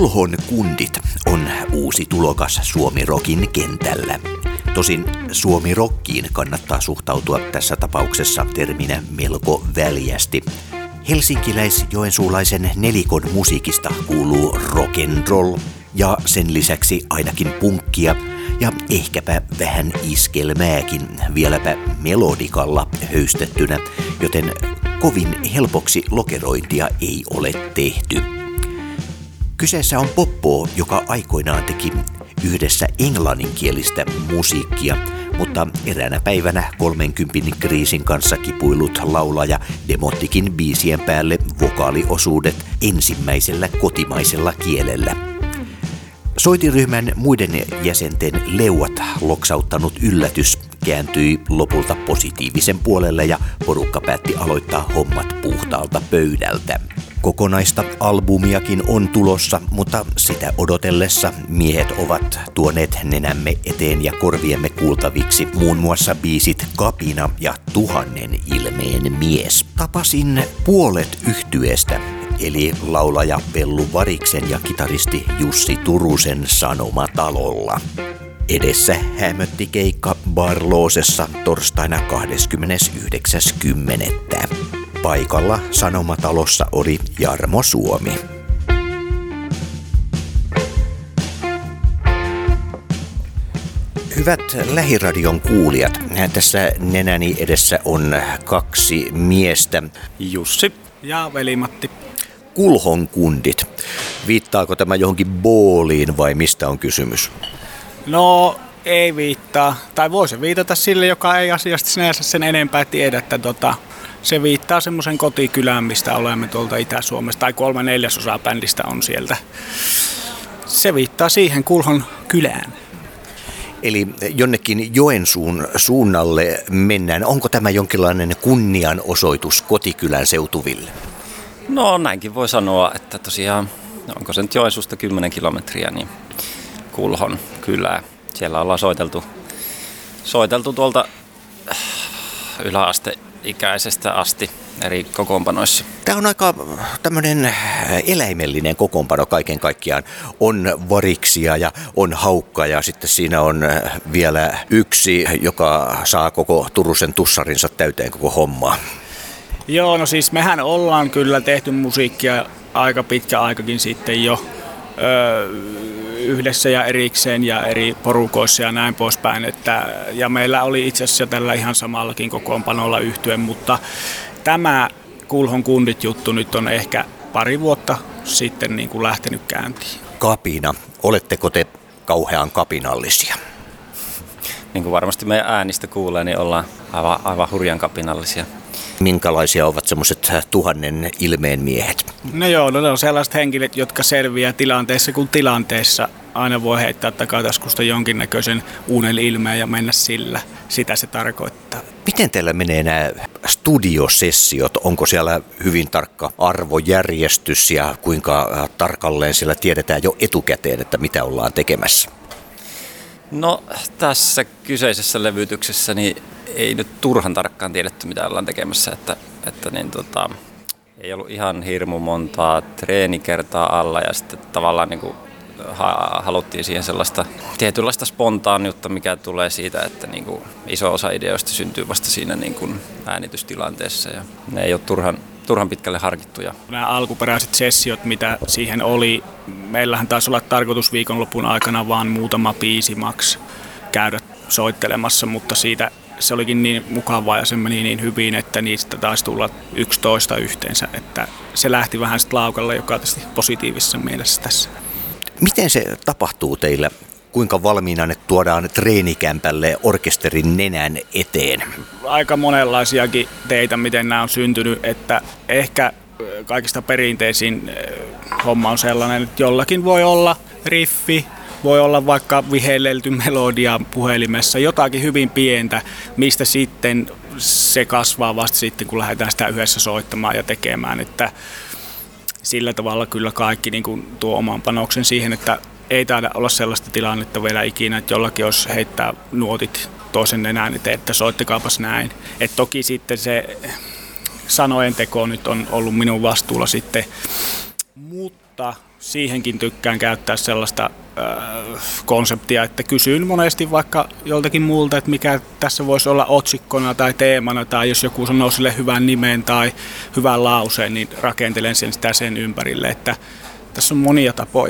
Kulhon kundit on uusi tulokas Suomi-rockin kentällä. Tosin Suomi-rockiin kannattaa suhtautua tässä tapauksessa terminä melko väljästi. Helsinkiläis-joensuulaisen nelikon musiikista kuuluu rock'n'roll ja sen lisäksi ainakin punkkia ja ehkäpä vähän iskelmääkin, vieläpä melodikalla höystettynä, joten kovin helpoksi lokerointia ei ole tehty. Kyseessä on poppo, joka aikoinaan teki yhdessä englanninkielistä musiikkia, mutta eräänä päivänä 30 kriisin kanssa kipuillut laulaja demottikin biisien päälle vokaaliosuudet ensimmäisellä kotimaisella kielellä. Soitiryhmän muiden jäsenten leuat loksauttanut yllätys kääntyi lopulta positiivisen puolelle ja porukka päätti aloittaa hommat puhtaalta pöydältä. Kokonaista albumiakin on tulossa, mutta sitä odotellessa miehet ovat tuoneet nenämme eteen ja korviemme kuultaviksi muun muassa biisit Kapina ja 1000 ilmeen mies. Tapasin puolet yhtyeestä, eli laulaja Pellu Variksen ja kitaristi Jussi Turusen Sanomatalolla. Edessä hämötti keikka Barloosessa torstaina 29.10. Paikalla Sanomatalossa oli Jarmo Suomi. Hyvät Lähiradion kuulijat, tässä nenäni edessä on kaksi miestä. Jussi ja Veli-Matti. Kulhon kundit. Viittaako tämä johonkin booliin vai mistä on kysymys? No ei viittaa, tai voi se viitata sille, joka ei asiasta sinänsä sen enempää tiedä, että se viittaa semmoisen kotikylään, mistä olemme tuolta Itä-Suomesta, tai 3/4 bändistä on sieltä. Se viittaa siihen Kulhon kylään. Eli jonnekin Joensuun suunnalle mennään. Onko tämä jonkinlainen kunnianosoitus kotikylän seutuville? No näinkin voi sanoa, että tosiaan, onko se nyt Joensuusta 10 kilometriä, niin Kulhon kylää. Siellä ollaan soiteltu tuolta yläasteikäisestä asti eri kokoonpanoissa. Tämä on aika tämmöinen eläimellinen kokoonpano kaiken kaikkiaan. On variksia ja on haukka ja sitten siinä on vielä yksi, joka saa koko Turusen tussarinsa täyteen koko hommaa. Joo, no siis mehän ollaan kyllä tehty musiikkia aika pitkä aikakin sitten jo yhdessä ja erikseen ja eri porukoissa ja näin poispäin. Ja meillä oli itse asiassa tällä ihan samallakin kokoonpanolla yhtye, mutta tämä Kulhon kundit juttu nyt on ehkä pari vuotta sitten niin kuin lähtenyt käyntiin. Kapina. Oletteko te kauhean kapinallisia? Niin kuin varmasti meidän äänistä kuulee, niin ollaan aivan hurjan kapinallisia. Minkälaisia ovat semmoiset 1000 ilmeen miehet? No joo, ne on sellaiset henkilöt, jotka selviää tilanteessa kuin tilanteessa. Aina voi heittää takataskusta jonkinnäköisen uuden ilmeen ja mennä sillä. Sitä se tarkoittaa. Miten teillä menee nämä studiosessiot? Onko siellä hyvin tarkka arvojärjestys ja kuinka tarkalleen siellä tiedetään jo etukäteen, että mitä ollaan tekemässä? No tässä kyseisessä levytyksessä niin ei nyt turhan tarkkaan tiedetty, mitä ollaan tekemässä, että ei ollut ihan hirmu montaa treenikertaa alla ja sitten tavallaan niin kuin haluttiin siihen sellaista tietynlaista spontaaniutta, mikä tulee siitä, että niin kuin iso osa ideoista syntyy vasta siinä niin kuin äänitystilanteessa ja ne ei ole turhan pitkälle harkittuja. Nämä alkuperäiset sessiot, mitä siihen oli, meillähän taisi olla tarkoitus viikonlopun aikana vaan muutama biisi maks käydä soittelemassa, mutta siitä se olikin niin mukavaa ja se meni niin hyvin, että niistä taisi tulla 11 yhteensä, että se lähti vähän sitten laukalle, joka tietysti positiivisessa mielessä tässä. Miten se tapahtuu teillä? Kuinka valmiina ne tuodaan treenikämpälle orkesterin nenän eteen? Aika monenlaisiakin teitä, miten nämä on syntynyt, että ehkä kaikista perinteisin homma on sellainen, että jollakin voi olla riffi, voi olla vaikka vihelelty melodia puhelimessa, jotakin hyvin pientä, mistä sitten se kasvaa vasta sitten, kun lähdetään sitä yhdessä soittamaan ja tekemään. Että sillä tavalla kyllä kaikki niin kuin tuo oman panoksen siihen, että ei taida olla sellaista tilannetta vielä ikinä, että jollakin olisi heittää nuotit toisen nenään eteen, että soittakaapas näin. Et toki sitten se sanojen teko nyt on ollut minun vastuulla sitten, mutta siihenkin tykkään käyttää sellaista konseptia, että kysyn monesti vaikka joltakin muulta, että mikä tässä voisi olla otsikkona tai teemana, tai jos joku sanoo sille hyvän nimen tai hyvän lauseen, niin rakentelen sitä sen ympärille, että tässä on monia tapoja.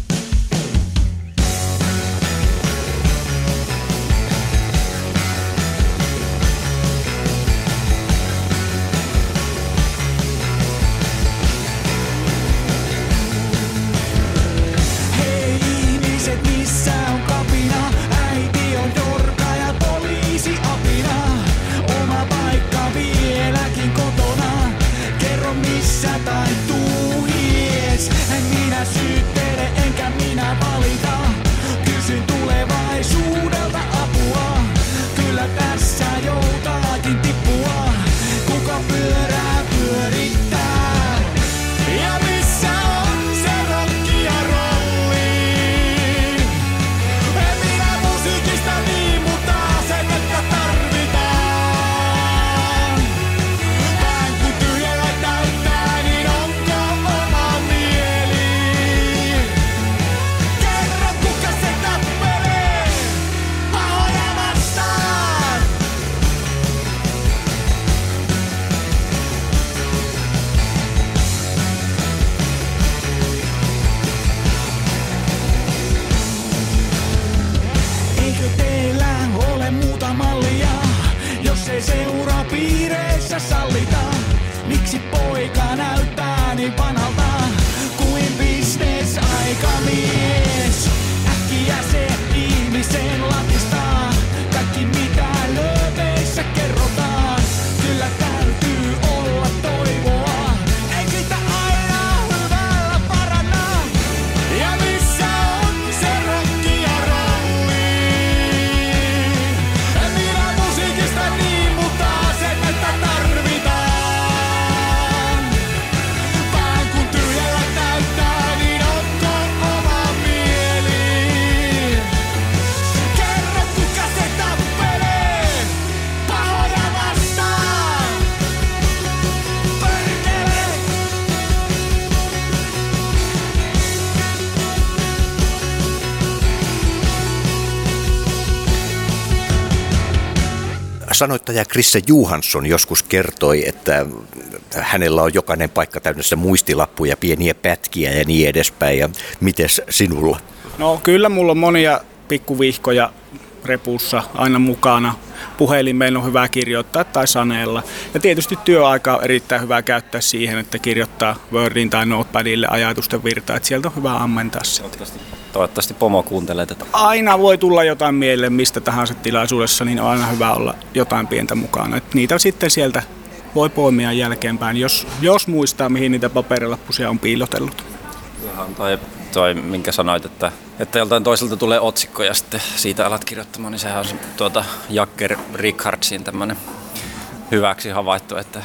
Sanoittaja Krisse Johansson joskus kertoi, että hänellä on jokainen paikka täynnä muistilappuja, pieniä pätkiä ja niin edespäin. Ja mites sinulla? No kyllä mulla on monia pikkuvihkoja repussa aina mukana. Puhelimeen on hyvä kirjoittaa tai sanella. Ja tietysti työaika on erittäin hyvä käyttää siihen, että kirjoittaa Wordin tai Notepadille ajatusten virtaa. Että sieltä on hyvä ammentaa se. Toivottavasti pomo kuuntelee tätä. Aina voi tulla jotain mieleen mistä tahansa tilaisuudessa, niin on aina hyvä olla jotain pientä mukana. Että niitä sitten sieltä voi poimia jälkeenpäin, jos muistaa, mihin niitä paperilappusia on piilotellut. Ihan toi minkä sanoit, että joltain toiselta tulee otsikko ja sitten siitä alat kirjoittamaan, niin sehän on Jacker Richardsin tämmöinen hyväksi havaittu, että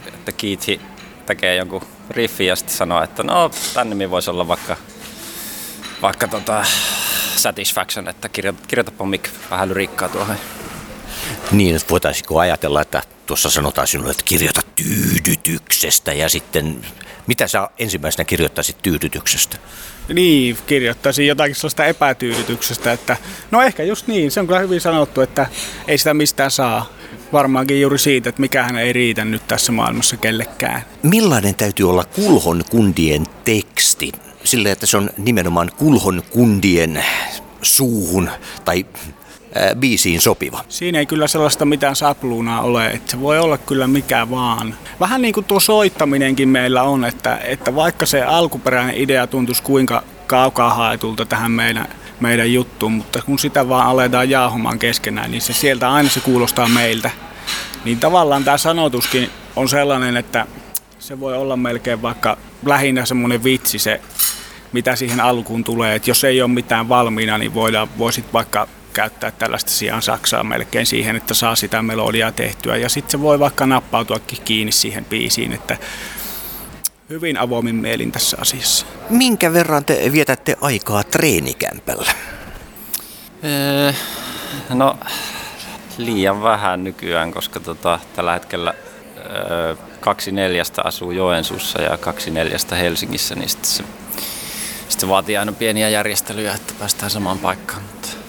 Keith tekee jonkun riffin ja sitten sanoo, että no tämän nimi voisi olla vaikka Satisfaction, että kirjoitapa Mick vähän lyrikkaa tuohon. Niin, että voitaisiinko ajatella, että tuossa sanotaan sinulle, että kirjoita tyydytyksestä ja sitten, mitä sä ensimmäisenä kirjoittaisit tyydytyksestä? Niin, kirjoittaisin jotakin sellaista epätyydytyksestä, että no ehkä just niin, se on kyllä hyvin sanottu, että ei sitä mistään saa. Varmaankin juuri siitä, että mikähän ei riitä nyt tässä maailmassa kellekään. Millainen täytyy olla Kulhon kundien teksti? Silleen, että se on nimenomaan Kulhon kundien suuhun tai biisiin sopiva. Siinä ei kyllä sellaista mitään sapluunaa ole, että se voi olla kyllä mikä vaan. Vähän niin kuin tuo soittaminenkin meillä on, että vaikka se alkuperäinen idea tuntuisi kuinka kaukaa haetulta tähän meidän juttuun, mutta kun sitä vaan aletaan jauhamaan keskenään, niin se sieltä aina se kuulostaa meiltä. Niin tavallaan tämä sanotuskin on sellainen, että se voi olla melkein vaikka lähinnä semmoinen vitsi se, mitä siihen alkuun tulee. Että jos ei ole mitään valmiina, niin voisit vaikka käyttää tällaista sijaan saksaa melkein siihen, että saa sitä melodiaa tehtyä. Ja sitten se voi vaikka nappautuakin kiinni siihen biisiin, että hyvin avoimin mielin tässä asiassa. Minkä verran te vietätte aikaa treenikämpällä? No liian vähän nykyään, koska tällä hetkellä 2/4 asuu Joensuussa ja 2/4 Helsingissä, niin se Sitten se vaatii aina pieniä järjestelyjä, että päästään samaan paikkaan.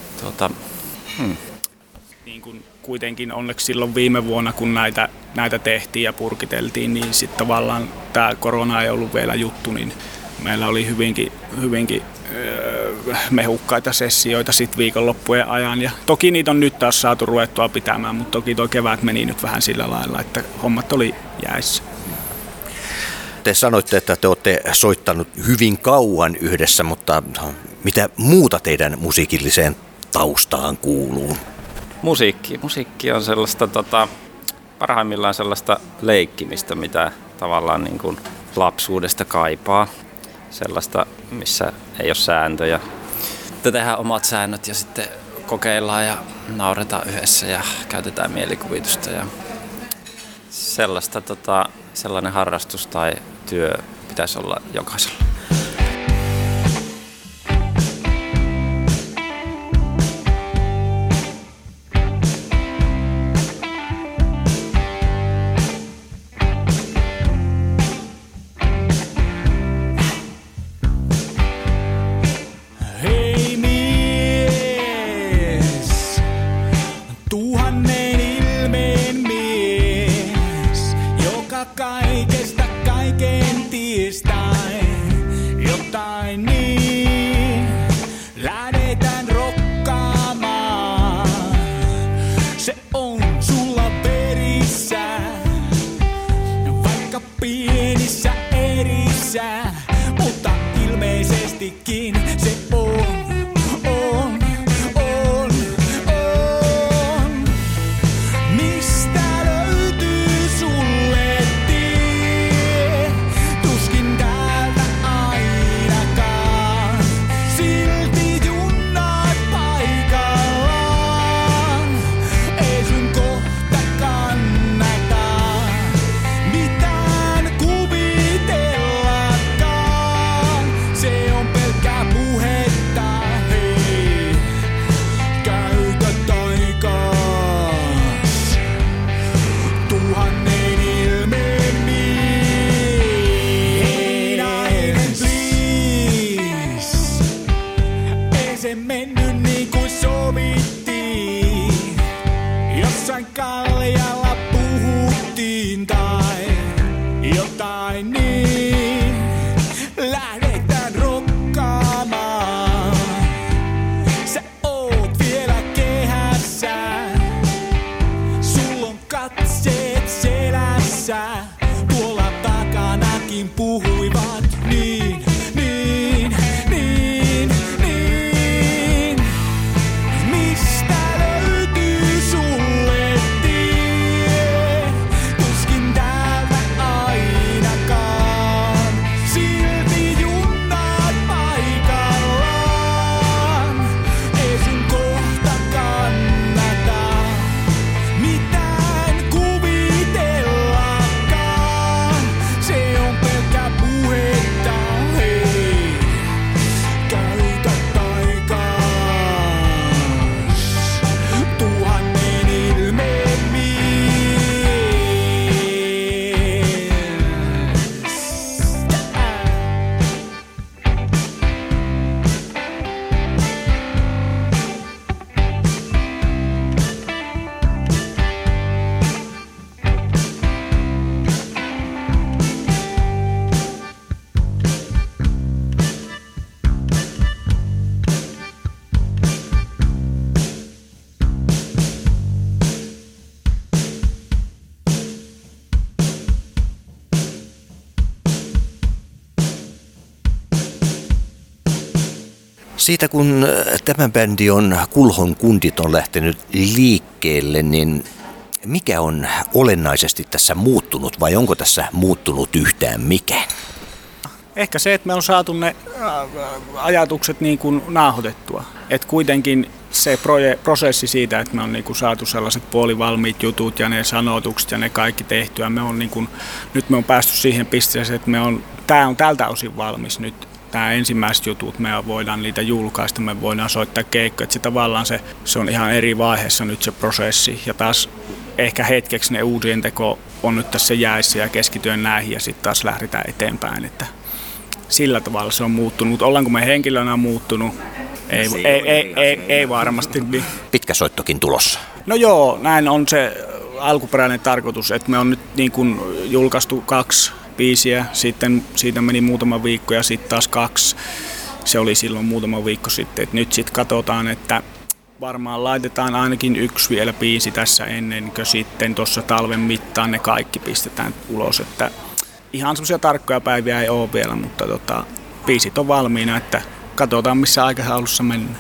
Niin kuin kuitenkin onneksi silloin viime vuonna, kun näitä tehtiin ja purkiteltiin, niin sitten tavallaan tämä korona ei ollut vielä juttu, niin meillä oli hyvinkin mehukkaita sessioita sit viikonloppujen ajan. Ja toki niitä on nyt taas saatu ruvettua pitämään, mutta toki tuo kevät meni nyt vähän sillä lailla, että hommat oli jäissä. Te sanoitte, että te olette soittanut hyvin kauan yhdessä, mutta mitä muuta teidän musiikilliseen taustaan kuuluu? Musiikki on sellaista parhaimmillaan sellaista leikkimistä, mitä tavallaan niin kuin lapsuudesta kaipaa. Sellaista, missä ei ole sääntöjä. Tehdään omat säännöt ja sitten kokeillaan ja nauretaan yhdessä ja käytetään mielikuvitusta. Ja sellainen harrastus tai työ pitäisi olla jokaisella. Siitä kun tämä bändi on Kulhon kundit on lähtenyt liikkeelle, niin mikä on olennaisesti tässä muuttunut vai onko tässä muuttunut yhtään mikään? Ehkä se, että me on saatu ne ajatukset niin kuin nauhoitettua. Että kuitenkin se prosessi siitä, että me on niin kuin saatu sellaiset puolivalmiit jutut ja ne sanotukset ja ne kaikki tehtyä. Nyt me on päästy siihen pisteeseen, että tämä on tältä osin valmis nyt. Tämä ensimmäiset jutut, me voidaan niitä julkaista, me voidaan soittaa keikkoja, että se tavallaan se on ihan eri vaiheessa nyt se prosessi. Ja taas ehkä hetkeksi ne uusien teko on nyt tässä jäissä ja keskityön näihin ja sitten taas lähdetään eteenpäin. Että sillä tavalla se on muuttunut, mutta ollaanko me henkilönä muuttunut? Ei varmasti. Niin. Pitkä soittokin tulossa. No joo, näin on se alkuperäinen tarkoitus, että me on nyt niin kuin julkaistu 2 biisiä, sitten siitä meni muutama viikko ja sitten taas 2. Se oli silloin muutama viikko sitten, että nyt sitten katsotaan, että varmaan laitetaan ainakin 1 vielä biisi tässä ennen kuin sitten tuossa talven mittaan ne kaikki pistetään ulos, että ihan semmoisia tarkkoja päiviä ei ole vielä, mutta biisit on valmiina, että katsotaan missä aikataulussa mennään.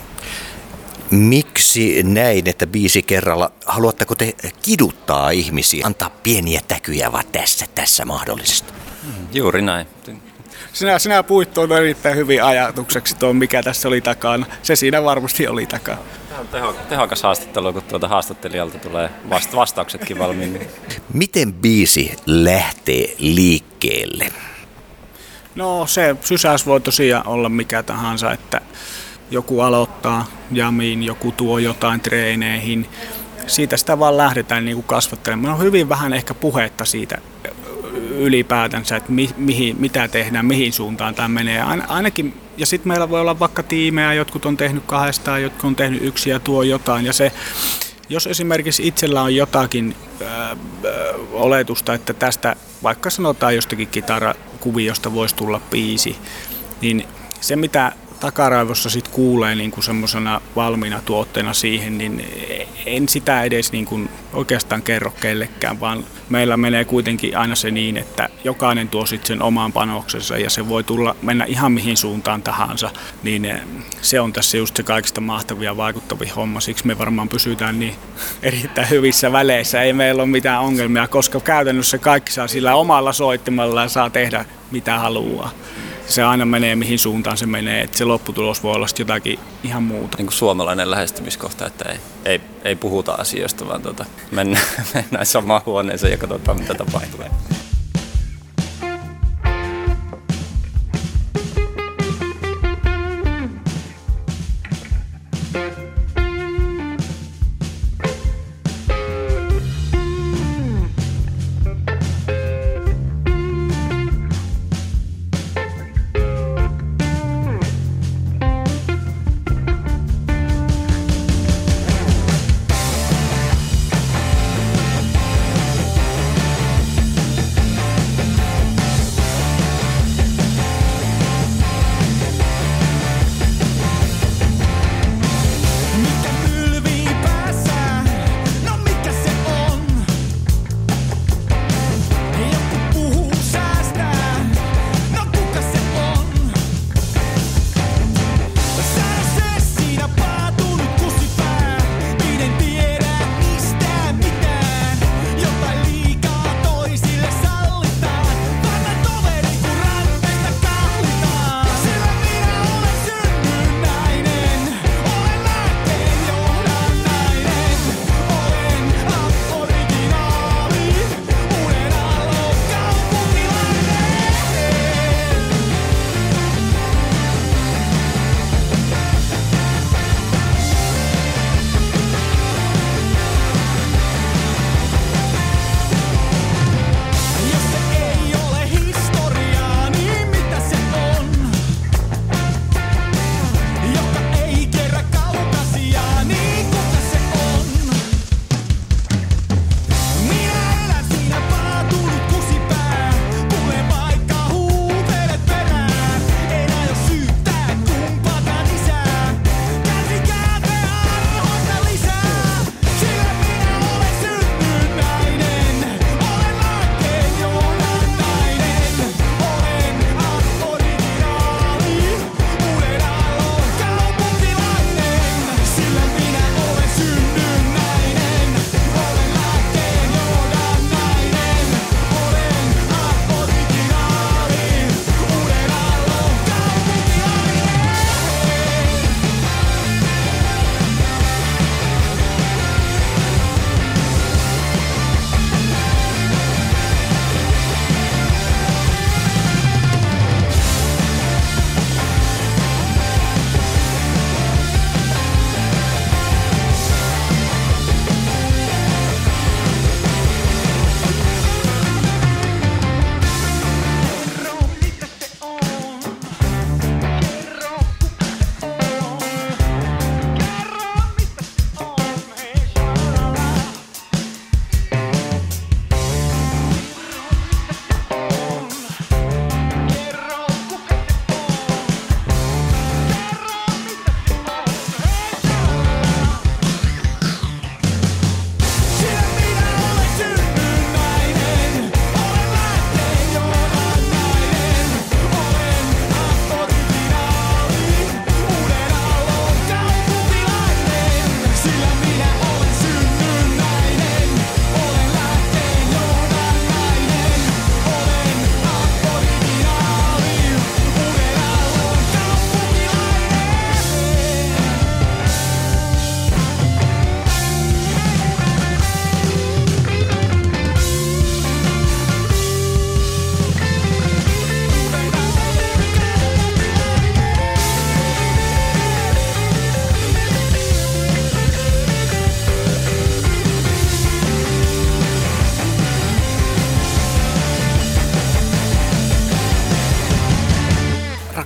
Miksi näin, että biisi kerralla? Haluatteko te kiduttaa ihmisiä, antaa pieniä täkyjä vaan tässä mahdollisesti? Juuri näin. Sinä puhuit tuon erittäin hyvin ajatukseksi tuon, mikä tässä oli takana. Se siinä varmasti oli takana. Tämä on tehokas haastattelu, kun haastattelijalta tulee vastauksetkin valmiin. Miten biisi lähtee liikkeelle? No se sysäys voi tosiaan olla mikä tahansa, että joku aloittaa jamiin, joku tuo jotain treeneihin. Siitä sitä vaan lähdetään niin kuin kasvattelemaan. On hyvin vähän ehkä puhetta siitä ylipäätänsä, että mitä tehdään, mihin suuntaan tämä menee. Ainakin, ja sitten meillä voi olla vaikka tiimejä, jotkut on tehnyt 2, jotkut on tehnyt 1 ja tuo jotain. Ja se, jos esimerkiksi itsellä on jotakin oletusta, että tästä vaikka sanotaan jostakin kitarakuviosta voisi tulla biisi, niin se mitä takaraivossa sit kuulee niin kuin semmoisena valmiina tuotteena siihen, niin en sitä edes niin kuin oikeastaan kerro kellekään, vaan meillä menee kuitenkin aina se niin, että jokainen tuo sitten sen oman panoksensa ja se voi mennä ihan mihin suuntaan tahansa, niin se on tässä just se kaikista mahtavia vaikuttavia homma, siksi me varmaan pysytään niin erittäin hyvissä väleissä, ei meillä ole mitään ongelmia, koska käytännössä kaikki saa sillä omalla soittimella ja saa tehdä mitä haluaa. Se aina menee mihin suuntaan se menee, että se lopputulos voi olla jotakin ihan muuta. Niin kuin suomalainen lähestymiskohta, että ei puhuta asioista, vaan mennään samaan huoneeseen ja katsotaan mitä tapahtuu.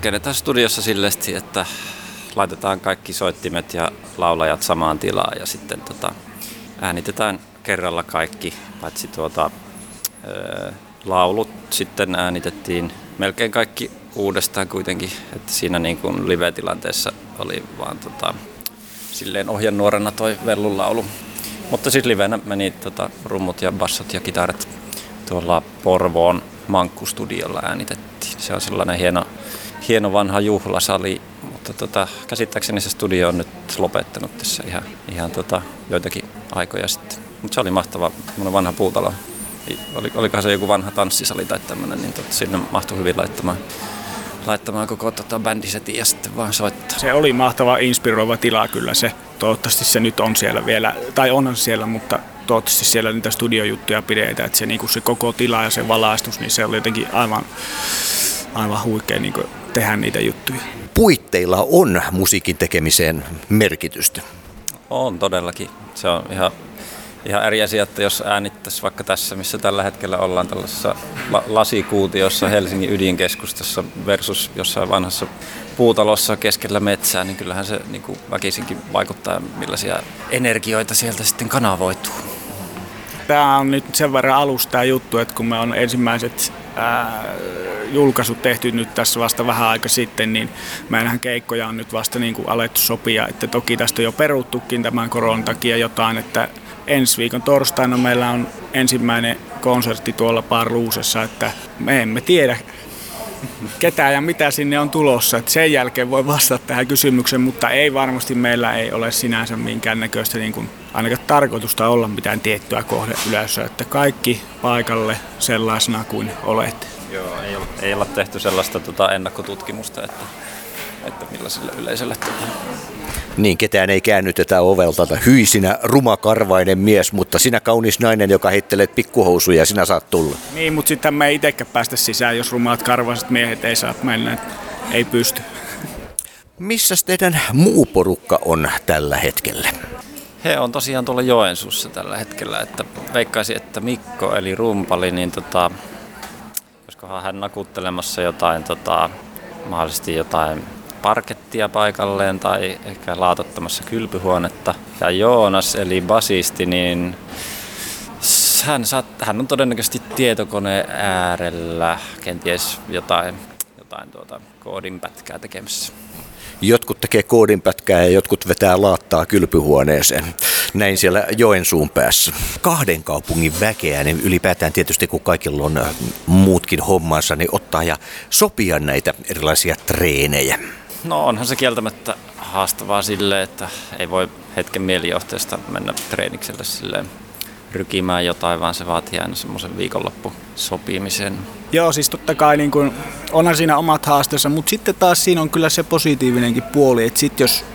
rakennetään studiossa silleesti, että laitetaan kaikki soittimet ja laulajat samaan tilaan ja sitten äänitetään kerralla kaikki, paitsi laulut sitten äänitettiin melkein kaikki uudestaan kuitenkin, että siinä niin kuin live-tilanteessa oli vaan silleen ohjenuorana toi Vellun laulu. Mutta siis livenä meni rummut ja bassot ja kitarat tuolla Porvoon Mankkustudiolla äänitettiin. Se on sellainen hieno vanha juhlasali, mutta käsittääkseni se studio on nyt lopettanut tässä ihan joitakin aikoja sitten. Mutta se oli mahtava, vanha puutalo. Olikohan se joku vanha tanssisali tai tämmöinen, niin sinne mahtui hyvin laittamaan koko bändisetin ja sitten vaan soittaa. Se oli mahtava, inspiroiva tila kyllä se. Toivottavasti se nyt on siellä vielä, tai onhan siellä, mutta toivottavasti siellä niitä studiojuttuja pidetään, että se, niin kuin se koko tila ja se valaistus, niin se oli jotenkin aivan huikea niin kuin tehdä niitä juttuja. Puitteilla on musiikin tekemiseen merkitystä. On todellakin. Se on ihan eri asia, että jos äänittäisi vaikka tässä, missä tällä hetkellä ollaan tällaisessa lasikuutiossa Helsingin ydinkeskustassa versus jossain vanhassa puutalossa keskellä metsää, niin kyllähän se niin kuin väkisinkin vaikuttaa, millaisia energioita sieltä sitten kanavoituu. Tämä on nyt sen verran alusta tämä juttu, että kun me on ensimmäiset julkaisut tehty nyt tässä vasta vähän aika sitten, niin meidänhän keikkoja on nyt vasta niin kuin alettu sopia, että toki tästä on jo peruttukin tämän koronan takia jotain, että ensi viikon torstaina meillä on ensimmäinen konsertti tuolla Parluusessa, että me emme tiedä ketään ja mitä sinne on tulossa. Että sen jälkeen voi vastata tähän kysymykseen, mutta ei varmasti meillä ei ole sinänsä minkäännäköistä niin kuin ainakaan tarkoitusta olla mitään tiettyä kohdeyleisöä, että kaikki paikalle sellaisena kuin olette. Joo, ei olla tehty sellaista ennakkotutkimusta, että millaiselle yleisölle Niin, ketään ei käännytetä ovelta. Hyi sinä rumakarvainen mies, mutta sinä kaunis nainen, joka heittelet pikkuhousuja, sinä saat tulla. Niin, mutta sitten me ei itsekään päästä sisään, jos rumaat karvaiset miehet ei saa mennä, ei pysty. Missäs teidän muu porukka on tällä hetkellä? He on tosiaan tuolla Joensuussa tällä hetkellä, että veikkaisin, että Mikko eli rumpali, niin olisikohan hän nakuttelemassa jotain, mahdollisesti jotain parkettia paikalleen tai ehkä laatottamassa kylpyhuonetta. Ja Joonas eli basisti, niin hän on todennäköisesti tietokoneen äärellä kenties jotain koodinpätkää tekemässä. Jotkut tekee koodinpätkää ja jotkut vetää laattaa kylpyhuoneeseen. Näin siellä Joensuun päässä. Kahden kaupungin väkeä, niin ylipäätään tietysti kun kaikilla on muutkin hommansa, niin ottaa ja sopia näitä erilaisia treenejä. No onhan se kieltämättä haastavaa silleen, että ei voi hetken mielijohteesta mennä treenikselle silleen rykimään jotain, vaan se vaatii aina semmoisen viikonloppusopimisen. Joo, siis totta kai niin kun, onhan siinä omat haasteensa, mutta sitten taas siinä on kyllä se positiivinenkin puoli, että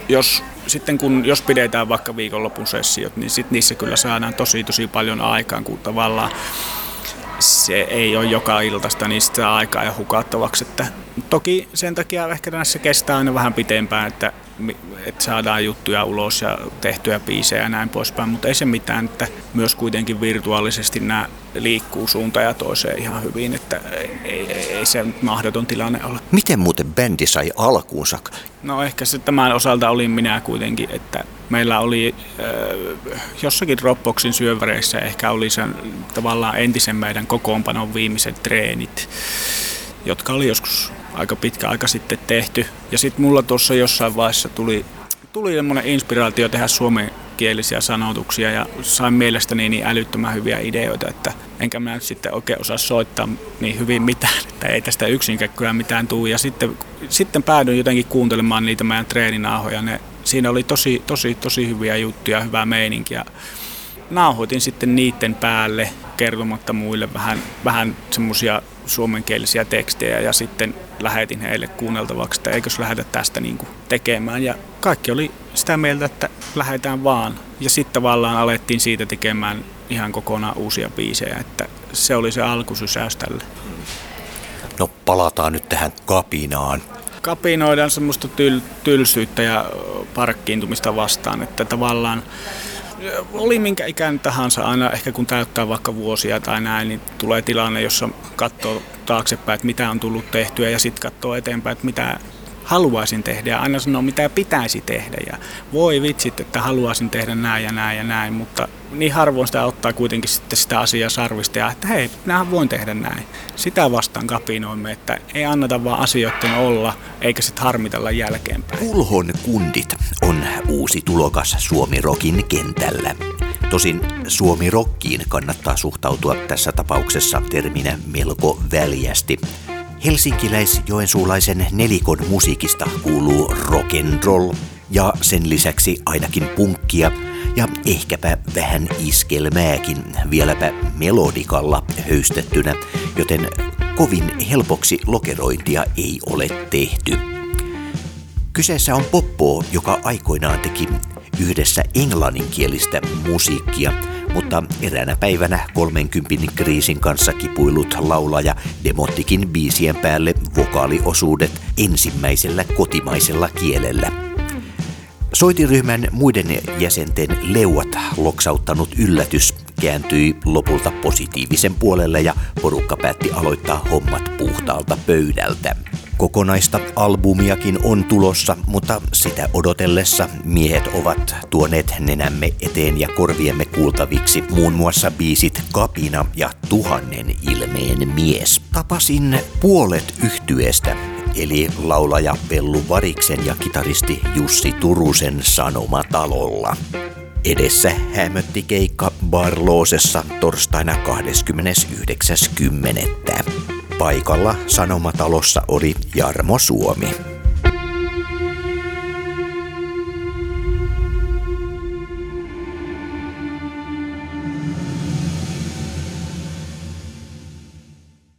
jos pidetään vaikka viikonlopun sessiot, niin sitten niissä kyllä saadaan tosi paljon aikaan, kun tavallaan se ei ole joka iltaista, niin sitä saa aikaa ja hukattavaksi. Että toki sen takia ehkä näissä kestää aina vähän pitempään, että saadaan juttuja ulos ja tehtyjä biisejä ja näin poispäin, mutta ei se mitään, että myös kuitenkin virtuaalisesti nämä liikkuu suuntaan ja toiseen ihan hyvin, että ei se mahdoton tilanne ole. Miten muuten bändi sai alkuunsa? No ehkä se tämän osalta olin minä kuitenkin, että meillä oli jossakin Dropboxin syöväreissä ehkä oli sen tavallaan entisen meidän kokoonpanon viimeiset treenit, jotka oli joskus aika pitkä aika sitten tehty. Ja sitten mulla tuossa jossain vaiheessa tuli semmoinen inspiraatio tehdä suomenkielisiä sanotuksia ja sain mielestäni niin älyttömän hyviä ideoita, että enkä mä nyt sitten oikein osaa soittaa niin hyvin mitään, että ei tästä yksinkertaisesti kyllä mitään tule. Ja sitten päädyin jotenkin kuuntelemaan niitä meidän treeninauhoja. Siinä oli tosi hyviä juttuja, hyvää meininkiä. Nauhoitin sitten niiden päälle kertomatta muille vähän semmoisia suomenkielisiä tekstejä ja sitten lähetin heille kuunneltavaksi, että eikös lähdetä tästä niin kuin tekemään. Ja kaikki oli sitä mieltä, että lähdetään vaan. Ja sitten tavallaan alettiin siitä tekemään ihan kokonaan uusia biisejä, että se oli se alkusysäys tälle. No palataan nyt tähän kapinaan. Kapinoidaan semmoista tylsyyttä ja parkkiintumista vastaan, että tavallaan Oli minkä ikäinen tahansa, aina ehkä kun täyttää vaikka vuosia tai näin, niin tulee tilanne, jossa katsoo taaksepäin, että mitä on tullut tehtyä ja sitten katsoo eteenpäin, että mitä haluaisin tehdä ja aina sanoo, mitä pitäisi tehdä ja voi vitsit, että haluaisin tehdä näin ja näin ja näin, mutta niin harvoin sitä ottaa kuitenkin sitten sitä asiaa sarvista ja että hei, minähän voin tehdä näin. Sitä vastaan kapinoimme, että ei anneta vaan asioiden olla eikä sitten harmitella jälkeenpäin. Pulhon kundit on uusi tulokas Suomi-rokin kentällä. Tosin Suomi-rockiin kannattaa suhtautua tässä tapauksessa terminä melko väljästi. Helsinkiläis-joensuulaisen nelikon musiikista kuuluu rock'n'roll ja sen lisäksi ainakin punkkia ja ehkäpä vähän iskelmääkin, vieläpä melodikalla höystettynä, joten kovin helpoksi lokerointia ei ole tehty. Kyseessä on poppo, joka aikoinaan teki yhdessä englanninkielistä musiikkia, mutta eräänä päivänä 30 kriisin kanssa kipuillut laulaja demottikin biisien päälle vokaaliosuudet ensimmäisellä kotimaisella kielellä. Soitiryhmän muiden jäsenten leuat loksauttanut yllätys kääntyi lopulta positiivisen puolelle ja porukka päätti aloittaa hommat puhtaalta pöydältä. Kokonaista albumiakin on tulossa, mutta sitä odotellessa miehet ovat tuoneet nenämme eteen ja korviemme kuultaviksi muun muassa biisit Kapina ja 1000 ilmeen mies. Tapasin puolet yhtyeestä, eli laulaja Pellu Variksen ja kitaristi Jussi Turusen Sanomatalolla. Edessä hämötti keikka Barloosessa torstaina 29.10. Paikalla Sanomatalossa oli Jarmo Suomi.